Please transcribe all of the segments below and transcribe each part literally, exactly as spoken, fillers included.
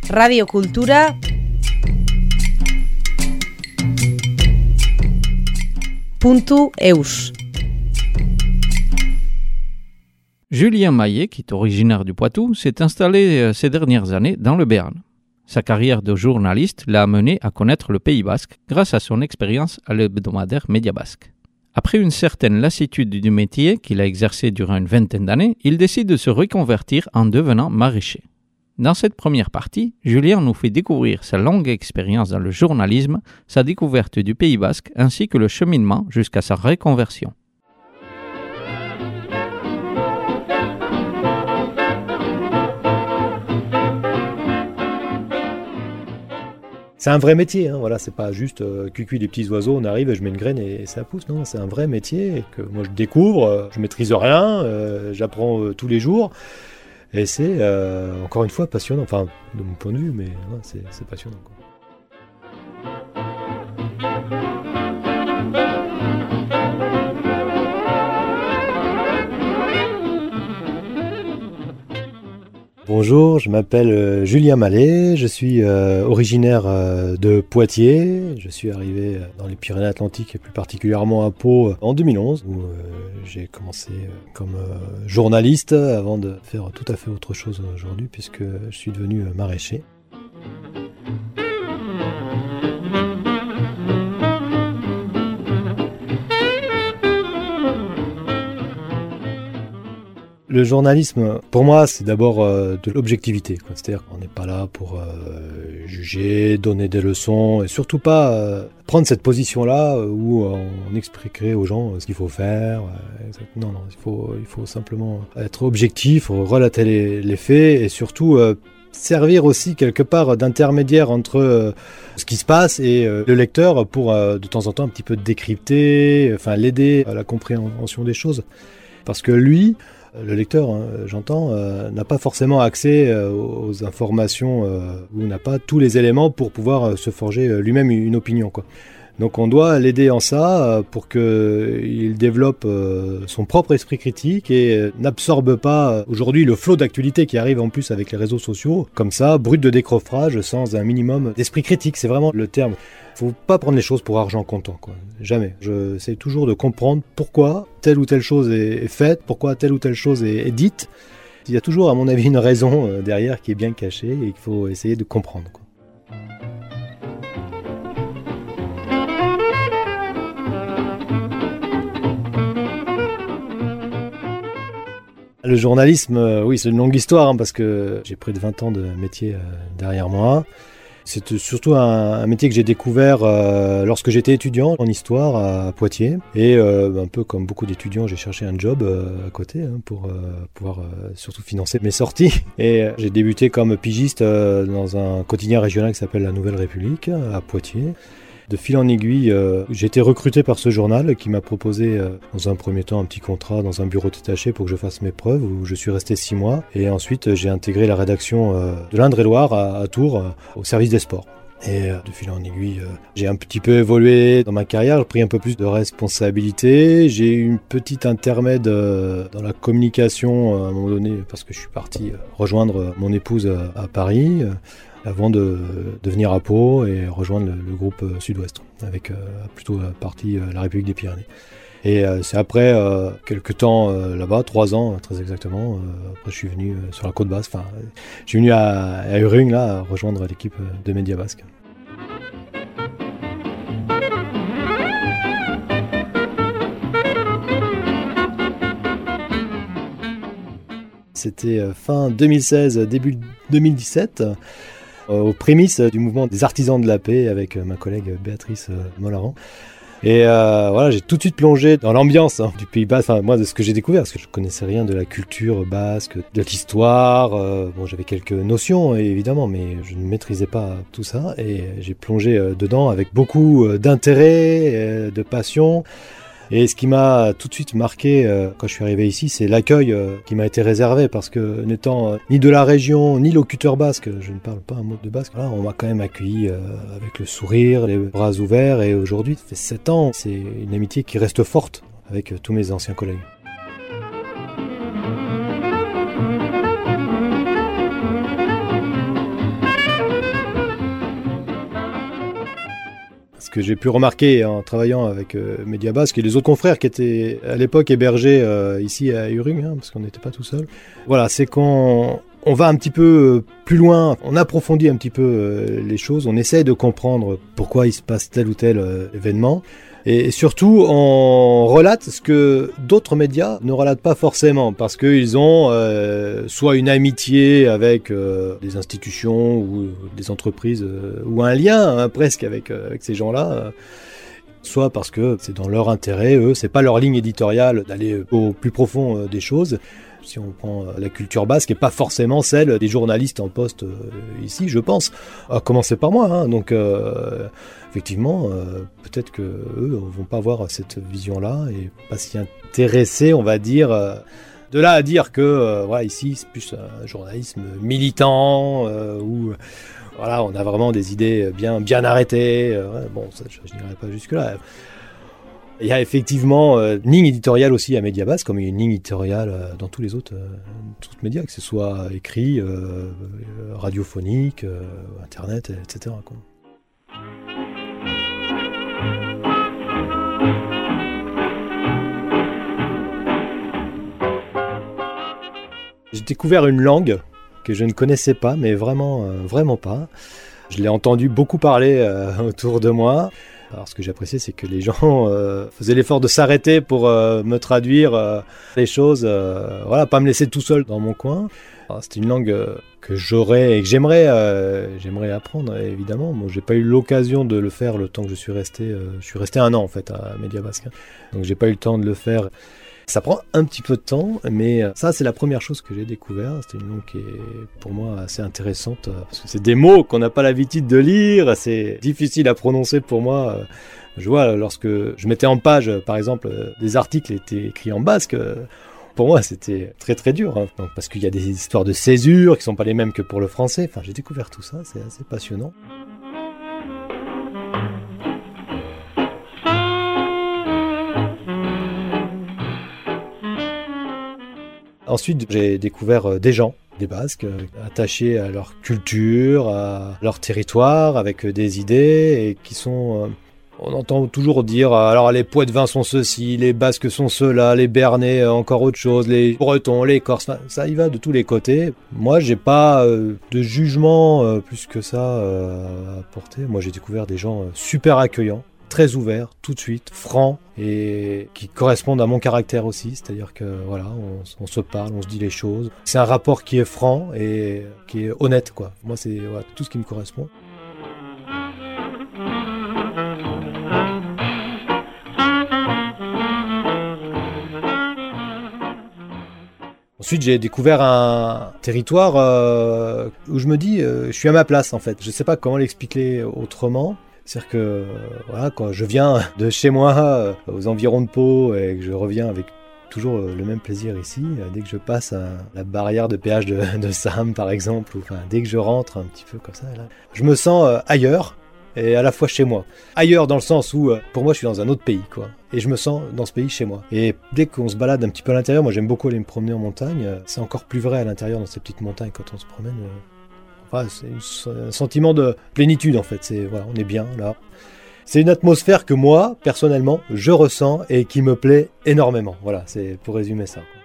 Radio Cultura punto eus. Julien Maillet, qui est originaire du Poitou, s'est installé ces dernières années dans le Béarn. Sa carrière de journaliste l'a amené à connaître le Pays basque grâce à son expérience à l'hebdomadaire Média Basque. Après une certaine lassitude du métier qu'il a exercé durant une vingtaine d'années, il décide de se reconvertir en devenant maraîcher. Dans cette première partie, Julien nous fait découvrir sa longue expérience dans le journalisme, sa découverte du Pays basque ainsi que le cheminement jusqu'à sa reconversion. C'est un vrai métier, hein, voilà, c'est pas juste euh, cuicui des petits oiseaux, on arrive, je mets une graine et, et ça pousse, non, c'est un vrai métier que moi je découvre, euh, je maîtrise rien, euh, j'apprends euh, tous les jours et c'est euh, encore une fois passionnant, enfin de mon point de vue, mais ouais, c'est, c'est passionnant, quoi. Bonjour, je m'appelle euh, Julien Maillet, je suis euh, originaire euh, de Poitiers. Je suis arrivé euh, dans les Pyrénées-Atlantiques et plus particulièrement à Pau euh, en deux mille onze où euh, j'ai commencé euh, comme euh, journaliste avant de faire tout à fait autre chose aujourd'hui puisque je suis devenu euh, maraîcher. Le journalisme, pour moi, c'est d'abord euh, de l'objectivité, quoi. C'est-à-dire qu'on n'est pas là pour euh, juger, donner des leçons, et surtout pas euh, prendre cette position-là où on expliquerait aux gens ce qu'il faut faire. Euh, non, non, il faut, il faut simplement être objectif, relater les, les faits, et surtout euh, servir aussi quelque part d'intermédiaire entre euh, ce qui se passe et euh, le lecteur pour euh, de temps en temps un petit peu décrypter, enfin l'aider à la compréhension des choses. Parce que lui, le lecteur, hein, j'entends, euh, n'a pas forcément accès euh, aux informations euh, ou n'a pas tous les éléments pour pouvoir euh, se forger euh, lui-même une opinion, quoi. Donc on doit l'aider en ça euh, pour qu'il développe euh, son propre esprit critique et euh, n'absorbe pas euh, aujourd'hui le flot d'actualité qui arrive en plus avec les réseaux sociaux, comme ça, brut de décoffrage sans un minimum d'esprit critique, c'est vraiment le terme. Faut pas prendre les choses pour argent comptant, quoi. Jamais. J'essaie toujours de comprendre pourquoi telle ou telle chose est faite, pourquoi telle ou telle chose est, est dite. Il y a toujours, à mon avis, une raison derrière qui est bien cachée et qu'il faut essayer de comprendre, quoi. Le journalisme, euh, oui, c'est une longue histoire, hein, parce que j'ai près de vingt ans de métier euh, derrière moi. C'est surtout un, un métier que j'ai découvert euh, lorsque j'étais étudiant en histoire à Poitiers. Et euh, un peu comme beaucoup d'étudiants, j'ai cherché un job euh, à côté hein, pour euh, pouvoir euh, surtout financer mes sorties. Et euh, j'ai débuté comme pigiste euh, dans un quotidien régional qui s'appelle La Nouvelle République à Poitiers. De fil en aiguille, euh, j'ai été recruté par ce journal qui m'a proposé euh, dans un premier temps un petit contrat dans un bureau détaché pour que je fasse mes preuves où je suis resté six mois et ensuite j'ai intégré la rédaction euh, de l'Indre-et-Loire à, à Tours euh, au service des sports. Et euh, de fil en aiguille, euh, j'ai un petit peu évolué dans ma carrière, j'ai pris un peu plus de responsabilités, j'ai eu une petite intermède euh, dans la communication euh, à un moment donné parce que je suis parti euh, rejoindre mon épouse euh, à Paris. Euh, avant de, de venir à Pau et rejoindre le, le groupe Sud-Ouest, avec euh, plutôt la partie euh, la République des Pyrénées. Et euh, c'est après euh, quelques temps euh, là-bas, trois ans très exactement, euh, après je suis venu euh, sur la côte basque, enfin je suis venu à, à Urung, là, à rejoindre l'équipe de Média Basque. C'était fin deux mille seize, début deux mille dix-sept. Aux prémices du mouvement des artisans de la paix avec ma collègue Béatrice Mollaran. Et euh, voilà, j'ai tout de suite plongé dans l'ambiance hein, du Pays basque, enfin moi de ce que j'ai découvert, parce que je connaissais rien de la culture basque, de l'histoire. Euh, bon, j'avais quelques notions évidemment, mais je ne maîtrisais pas tout ça. Et j'ai plongé euh, dedans avec beaucoup euh, d'intérêt, euh, de passion. Et ce qui m'a tout de suite marqué euh, quand je suis arrivé ici, c'est l'accueil euh, qui m'a été réservé parce que n'étant euh, ni de la région, ni locuteur basque, je ne parle pas un mot de basque, là, on m'a quand même accueilli euh, avec le sourire, les bras ouverts et aujourd'hui, ça fait sept ans, c'est une amitié qui reste forte avec euh, tous mes anciens collègues. que j'ai pu remarquer en travaillant avec euh, Média Basque et les autres confrères qui étaient à l'époque hébergés euh, ici à Urung, hein, parce qu'on n'était pas tout seul. Voilà, c'est qu'on on va un petit peu plus loin, on approfondit un petit peu euh, les choses, on essaie de comprendre pourquoi il se passe tel ou tel euh, événement. Et surtout, on relate ce que d'autres médias ne relatent pas forcément, parce qu'ils ont euh, soit une amitié avec euh, des institutions ou des entreprises, euh, ou un lien hein, presque avec, euh, avec ces gens-là, euh, soit parce que c'est dans leur intérêt, eux, c'est pas leur ligne éditoriale d'aller au plus profond euh, des choses. Si on prend la culture basque, et pas forcément celle des journalistes en poste euh, ici, je pense, à commencer par moi. Hein. Donc, euh, effectivement, euh, peut-être que eux vont pas avoir cette vision-là et pas s'y intéresser, on va dire. Euh, de là à dire que, euh, voilà, ici, c'est plus un journalisme militant euh, où, voilà, on a vraiment des idées bien, bien arrêtées. Euh, bon, ça, je, je n'irai pas jusque-là. Il y a effectivement euh, une ligne éditoriale aussi à Média Basque, comme il y a une ligne éditoriale euh, dans tous les autres, euh, autres médias, que ce soit écrit, euh, radiophonique, euh, internet, et cetera quoi. J'ai découvert une langue que je ne connaissais pas, mais vraiment, euh, vraiment pas. Je l'ai entendu beaucoup parler euh, autour de moi. Alors ce que j'appréciais, c'est que les gens euh, faisaient l'effort de s'arrêter pour euh, me traduire euh, les choses, euh, voilà, pas me laisser tout seul dans mon coin. Alors, c'est une langue euh, que j'aurais et que j'aimerais, euh, j'aimerais apprendre, évidemment. Moi, j'ai pas eu l'occasion de le faire le temps que je suis resté. Euh, je suis resté un an en fait à Média Basque, donc j'ai pas eu le temps de le faire. Ça prend un petit peu de temps, mais ça, c'est la première chose que j'ai découvert. C'était une langue qui est, pour moi, assez intéressante, parce que c'est des mots qu'on n'a pas l'habitude de lire, c'est difficile à prononcer pour moi. Je vois, lorsque je mettais en page, par exemple, des articles étaient écrits en basque, pour moi, c'était très très dur, hein. Donc, parce qu'il y a des histoires de césure qui ne sont pas les mêmes que pour le français. Enfin, j'ai découvert tout ça, c'est assez passionnant. Ensuite, j'ai découvert des gens, des Basques, attachés à leur culture, à leur territoire, avec des idées, et qui sont... On entend toujours dire, alors les Poitevins sont ceci, les Basques sont cela, les Béarnais encore autre chose, les Bretons, les Corses, ça y va de tous les côtés. Moi, j'ai pas de jugement plus que ça à apporter. Moi, j'ai découvert des gens super accueillants, très ouverts, tout de suite, francs, et qui correspondent à mon caractère aussi, c'est-à-dire que voilà, on, on se parle, on se dit les choses. C'est un rapport qui est franc et qui est honnête, quoi. Moi, c'est voilà, tout ce qui me correspond. Ensuite, j'ai découvert un territoire euh, où je me dis, euh, je suis à ma place en fait. Je ne sais pas comment l'expliquer autrement. C'est-à-dire que euh, voilà, quand je viens de chez moi, euh, aux environs de Pau, et que je reviens avec toujours euh, le même plaisir ici, euh, dès que je passe à la barrière de péage de, de Sam par exemple, ou enfin, dès que je rentre un petit peu comme ça, là, je me sens euh, ailleurs. Et à la fois chez moi. Ailleurs dans le sens où, euh, pour moi, je suis dans un autre pays, quoi. Et je me sens dans ce pays chez moi. Et dès qu'on se balade un petit peu à l'intérieur, moi j'aime beaucoup aller me promener en montagne, euh, c'est encore plus vrai à l'intérieur dans ces petites montagnes quand on se promène. Euh, enfin, c'est une, un sentiment de plénitude en fait, c'est, voilà, on est bien là. C'est une atmosphère que moi, personnellement, je ressens et qui me plaît énormément. Voilà, c'est pour résumer ça, quoi.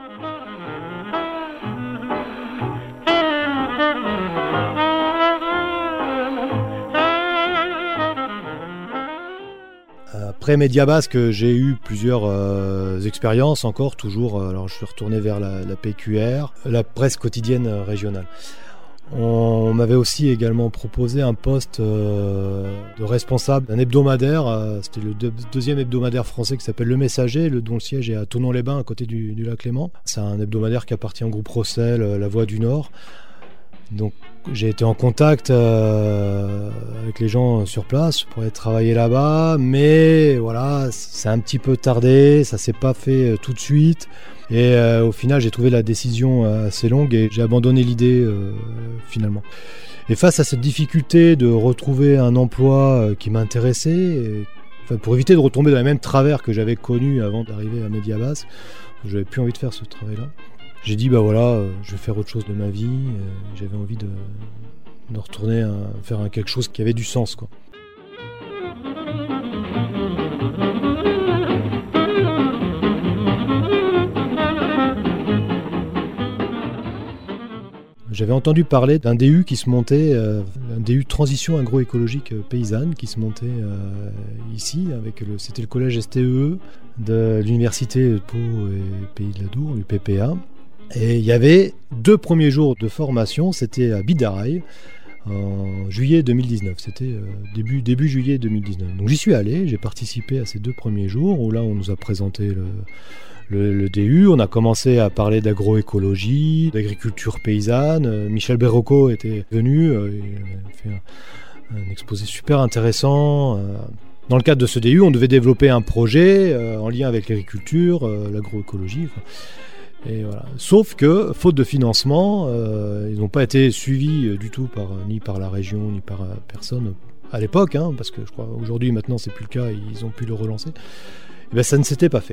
Après Média Basque, j'ai eu plusieurs euh, expériences encore, toujours. Alors, je suis retourné vers la, la P Q R, la presse quotidienne régionale. On m'avait aussi également proposé un poste euh, de responsable d'un hebdomadaire. Euh, c'était le deux, deuxième hebdomadaire français qui s'appelle Le Messager, le, dont le siège est à Thonon-les-Bains, à côté du, du lac Clément. C'est un hebdomadaire qui appartient au groupe Rossel, La Voix du Nord. Donc j'ai été en contact euh, avec les gens sur place pour aller travailler là-bas, mais voilà, c'est un petit peu tardé, ça s'est pas fait euh, tout de suite, et euh, au final j'ai trouvé la décision euh, assez longue et j'ai abandonné l'idée euh, finalement. Et face à cette difficulté de retrouver un emploi euh, qui m'intéressait, et, enfin, pour éviter de retomber dans les mêmes travers que j'avais connus avant d'arriver à Média Basque, j'avais plus envie de faire ce travail-là. J'ai dit, bah voilà, euh, je vais faire autre chose de ma vie. Euh, j'avais envie de, de retourner à faire un, quelque chose qui avait du sens, quoi. J'avais entendu parler d'un D U qui se montait, euh, un D U transition agroécologique paysanne qui se montait euh, ici, avec le, c'était le collège S T E E de l'université de Pau et Pays de l'Adour, du P P A. Et il y avait deux premiers jours de formation, c'était à Bidaraï, en juillet deux mille dix-neuf, c'était euh, début, début juillet deux mille dix-neuf. Donc j'y suis allé, j'ai participé à ces deux premiers jours, où là on nous a présenté le... Le, le D U, on a commencé à parler d'agroécologie, d'agriculture paysanne. Michel Berroco était venu, euh, il a fait un, un exposé super intéressant. Euh, dans le cadre de ce D U, on devait développer un projet euh, en lien avec l'agriculture, euh, l'agroécologie. Enfin, et voilà. Sauf que, faute de financement, euh, ils n'ont pas été suivis du tout par, ni par la région, ni par euh, personne à l'époque, hein, parce que je crois aujourd'hui, maintenant, c'est plus le cas, ils ont pu le relancer. Et bien, ça ne s'était pas fait.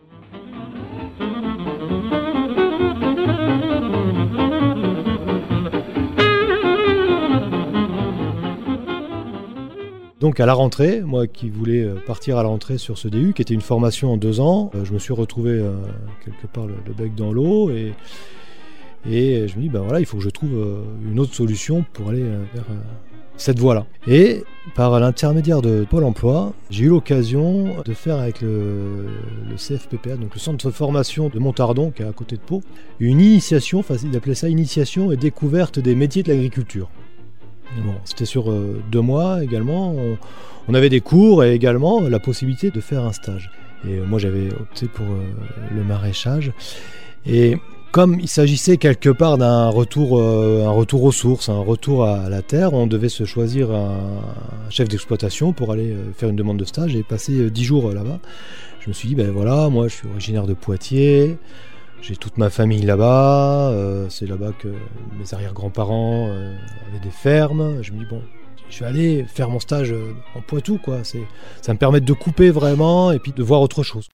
Donc à la rentrée, moi qui voulais partir à la rentrée sur ce D U, qui était une formation en deux ans, je me suis retrouvé euh, quelque part le, le bec dans l'eau et, et je me dis, ben voilà, il faut que je trouve euh, une autre solution pour aller euh, vers euh, cette voie-là. Et par l'intermédiaire de Pôle emploi, j'ai eu l'occasion de faire avec le, le C F P P A, donc le centre de formation de Montardon, qui est à côté de Pau, une initiation, enfin il appelait ça initiation et découverte des métiers de l'agriculture. Bon, c'était sur euh, deux mois également, on, on avait des cours et également la possibilité de faire un stage. Et euh, moi j'avais opté pour euh, le maraîchage. Et comme il s'agissait quelque part d'un retour, euh, un retour aux sources, un retour à la terre, on devait se choisir un, un chef d'exploitation pour aller euh, faire une demande de stage et passer euh, dix jours euh, là-bas. Je me suis dit, ben voilà, moi je suis originaire de Poitiers, j'ai toute ma famille là-bas, euh, c'est là-bas que mes arrière-grands-parents euh, avaient des fermes. Je me dis, bon, je vais aller faire mon stage en Poitou, quoi. C'est, ça me permet de couper vraiment et puis de voir autre chose.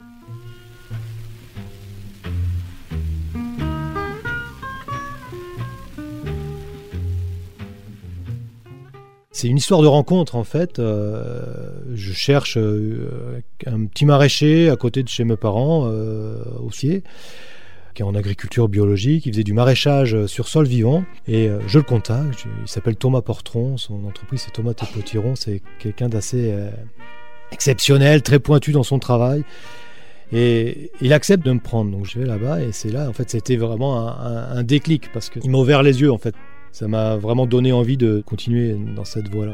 C'est une histoire de rencontre en fait. Euh, je cherche euh, un petit maraîcher à côté de chez mes parents, euh, au Fier, qui est en agriculture biologique. Il faisait du maraîchage sur sol vivant et euh, je le contacte. Il s'appelle Thomas Portron. Son entreprise c'est Thomas Potiron. C'est quelqu'un d'assez euh, exceptionnel, très pointu dans son travail. Et il accepte de me prendre. Donc je vais là-bas et c'est là en fait c'était vraiment un, un, un déclic parce qu'il m'a ouvert les yeux en fait. Ça m'a vraiment donné envie de continuer dans cette voie-là.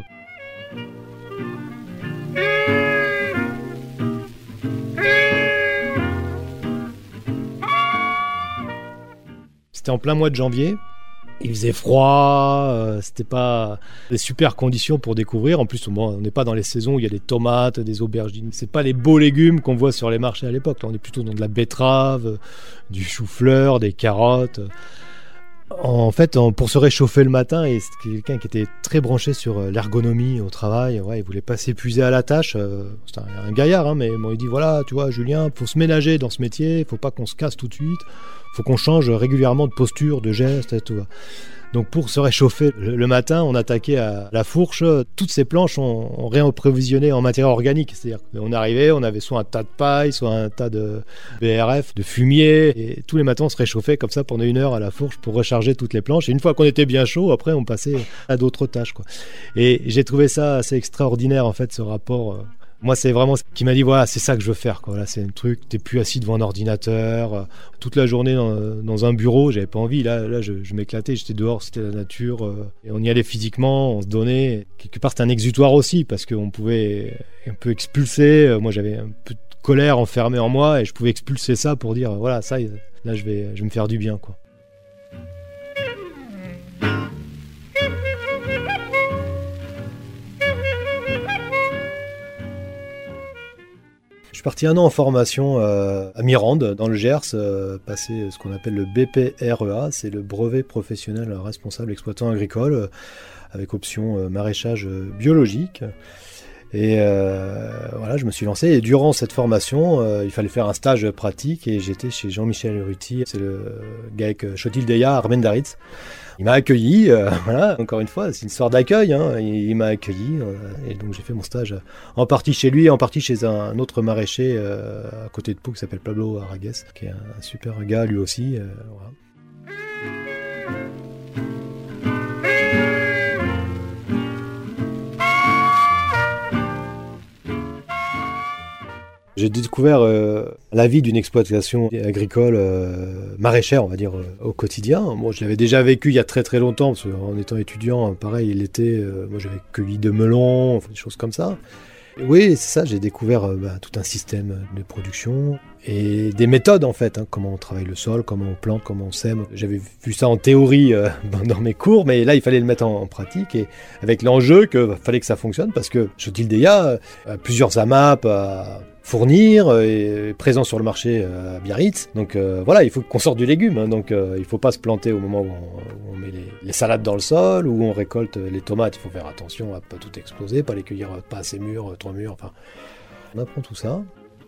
C'était en plein mois de janvier. Il faisait froid, euh, c'était pas des super conditions pour découvrir. En plus, bon, on n'est pas dans les saisons où il y a des tomates, des aubergines. C'est pas les beaux légumes qu'on voit sur les marchés à l'époque. Là, on est plutôt dans de la betterave, du chou-fleur, des carottes. En fait, pour se réchauffer le matin, et c'est quelqu'un qui était très branché sur l'ergonomie au travail, ouais, il voulait pas s'épuiser à la tâche. C'est un, un gaillard, hein, mais bon, il dit voilà, tu vois, Julien, faut se ménager dans ce métier, faut pas qu'on se casse tout de suite, faut qu'on change régulièrement de posture, de geste, et tout. Donc pour se réchauffer le, le matin, on attaquait à la fourche. Toutes ces planches, on, on réapprovisionné en matériaux organiques. C'est-à-dire qu'on arrivait, on avait soit un tas de paille, soit un tas de B R F, de fumier. Et tous les matins, on se réchauffait comme ça pendant une heure à la fourche pour recharger toutes les planches. Et une fois qu'on était bien chaud, après, on passait à d'autres tâches, quoi. Et j'ai trouvé ça assez extraordinaire, en fait, ce rapport. Moi, c'est vraiment ce qui m'a dit, voilà, c'est ça que je veux faire, quoi. Là, c'est un truc, t'es plus assis devant un ordinateur, euh, toute la journée dans, dans un bureau, j'avais pas envie. Là, là je, je m'éclatais, j'étais dehors, c'était la nature. Euh, et on y allait physiquement, on se donnait. Quelque part, c'était un exutoire aussi, parce qu'on pouvait un peu expulser. Euh, moi, j'avais un peu de colère enfermée en moi, et je pouvais expulser ça pour dire, voilà, ça, là, je vais, je vais me faire du bien, quoi. Je suis parti un an en formation euh, à Mirande, dans le Gers, euh, passer ce qu'on appelle le B P R E A, c'est le brevet professionnel responsable exploitant agricole, euh, avec option euh, maraîchage euh, biologique. Et euh, voilà, je me suis lancé. Et durant cette formation, euh, il fallait faire un stage pratique et j'étais chez Jean-Michel Ruti, c'est le GAEC Chotil-Deya Armendaritz. Il m'a accueilli, euh, voilà, encore une fois, c'est une histoire d'accueil, hein. il, il m'a accueilli, euh, et donc j'ai fait mon stage en partie chez lui, en partie chez un, un autre maraîcher euh, à côté de Pau qui s'appelle Pablo Aragues, qui est un, un super gars lui aussi. Euh, voilà. J'ai découvert euh, la vie d'une exploitation agricole euh, maraîchère, on va dire, euh, au quotidien. Moi, je l'avais déjà vécu il y a très très longtemps, parce qu'en étant étudiant, pareil, l'été, euh, moi j'avais cueilli de melons, enfin, des choses comme ça. Oui, c'est ça, j'ai découvert euh, bah, tout un système de production et des méthodes en fait, hein, comment on travaille le sol, comment on plante, comment on sème. J'avais vu ça en théorie euh, dans mes cours, mais là il fallait le mettre en, en pratique et avec l'enjeu qu'il fallait que ça fonctionne parce que Chotil-Deya a plusieurs AMAP à fournir, et présent sur le marché à Biarritz. Donc euh, voilà, il faut qu'on sorte du légume, hein, donc euh, il ne faut pas se planter au moment où on, où on met les, les salades dans le sol, où on récolte les tomates, il faut faire attention à ne pas tout exploser, pas les cueillir pas assez mûrs, trop mûrs, enfin on apprend tout ça.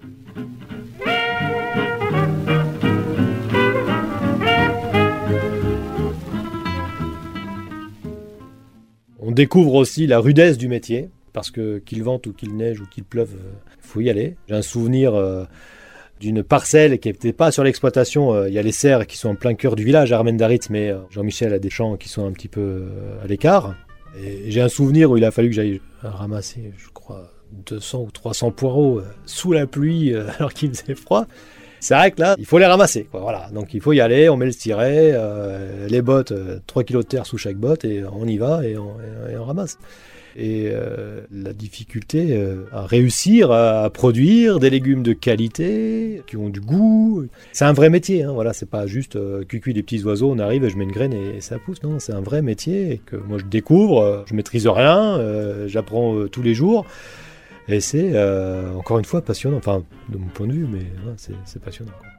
On découvre aussi la rudesse du métier, parce que qu'il vente ou qu'il neige ou qu'il pleuve, il euh, faut y aller. J'ai un souvenir euh, d'une parcelle qui n'était pas sur l'exploitation. Il euh, y a les serres qui sont en plein cœur du village, à Armendaritz, mais euh, Jean-Michel a des champs qui sont un petit peu euh, à l'écart. Et j'ai un souvenir où il a fallu que j'aille ramasser, je crois, deux cents ou trois cents poireaux euh, sous la pluie, euh, alors qu'il faisait froid. C'est vrai que là, il faut les ramasser, quoi. Voilà. Donc il faut y aller, on met le styret, euh, les bottes, euh, trois kilos de terre sous chaque botte, et on y va et on, et, et on ramasse. Et euh, la difficulté euh, à réussir à produire des légumes de qualité, qui ont du goût. C'est un vrai métier, hein, voilà, c'est pas juste euh, cuicui des petits oiseaux, on arrive, je mets une graine et, et ça pousse. Non, c'est un vrai métier et que moi je découvre, euh, je maîtrise rien, euh, j'apprends euh, tous les jours. Et c'est euh, encore une fois passionnant, enfin de mon point de vue, mais ouais, c'est, c'est passionnant, quoi.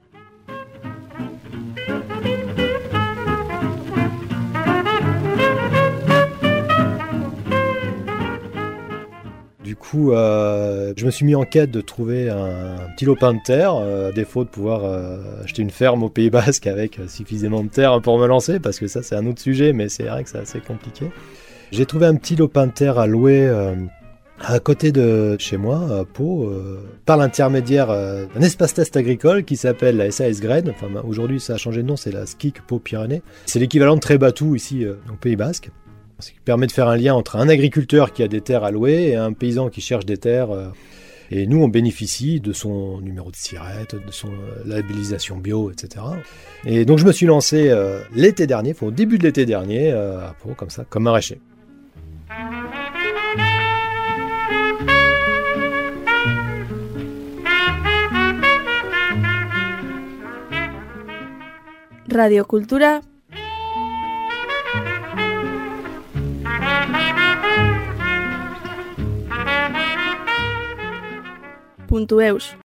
Du coup, euh, je me suis mis en quête de trouver un, un petit lopin de terre, euh, à défaut de pouvoir euh, acheter une ferme au Pays Basque avec suffisamment de terre pour me lancer, parce que ça c'est un autre sujet, mais c'est vrai que c'est assez compliqué. J'ai trouvé un petit lopin de terre à louer euh, à côté de chez moi, à Pau, euh, par l'intermédiaire euh, d'un espace test agricole qui s'appelle la S A S Graines. Enfin, aujourd'hui ça a changé de nom, c'est la S C I C Pau-Pyrénées. C'est l'équivalent de Trébatou ici euh, au Pays Basque. Ce qui permet de faire un lien entre un agriculteur qui a des terres à louer et un paysan qui cherche des terres. Et nous, on bénéficie de son numéro de SIRET, de son labellisation bio, et cetera. Et donc, je me suis lancé euh, l'été dernier, enfin, au début de l'été dernier, euh, à Pau, comme ça, comme maraîcher. Radio Cultura. Puntu eus.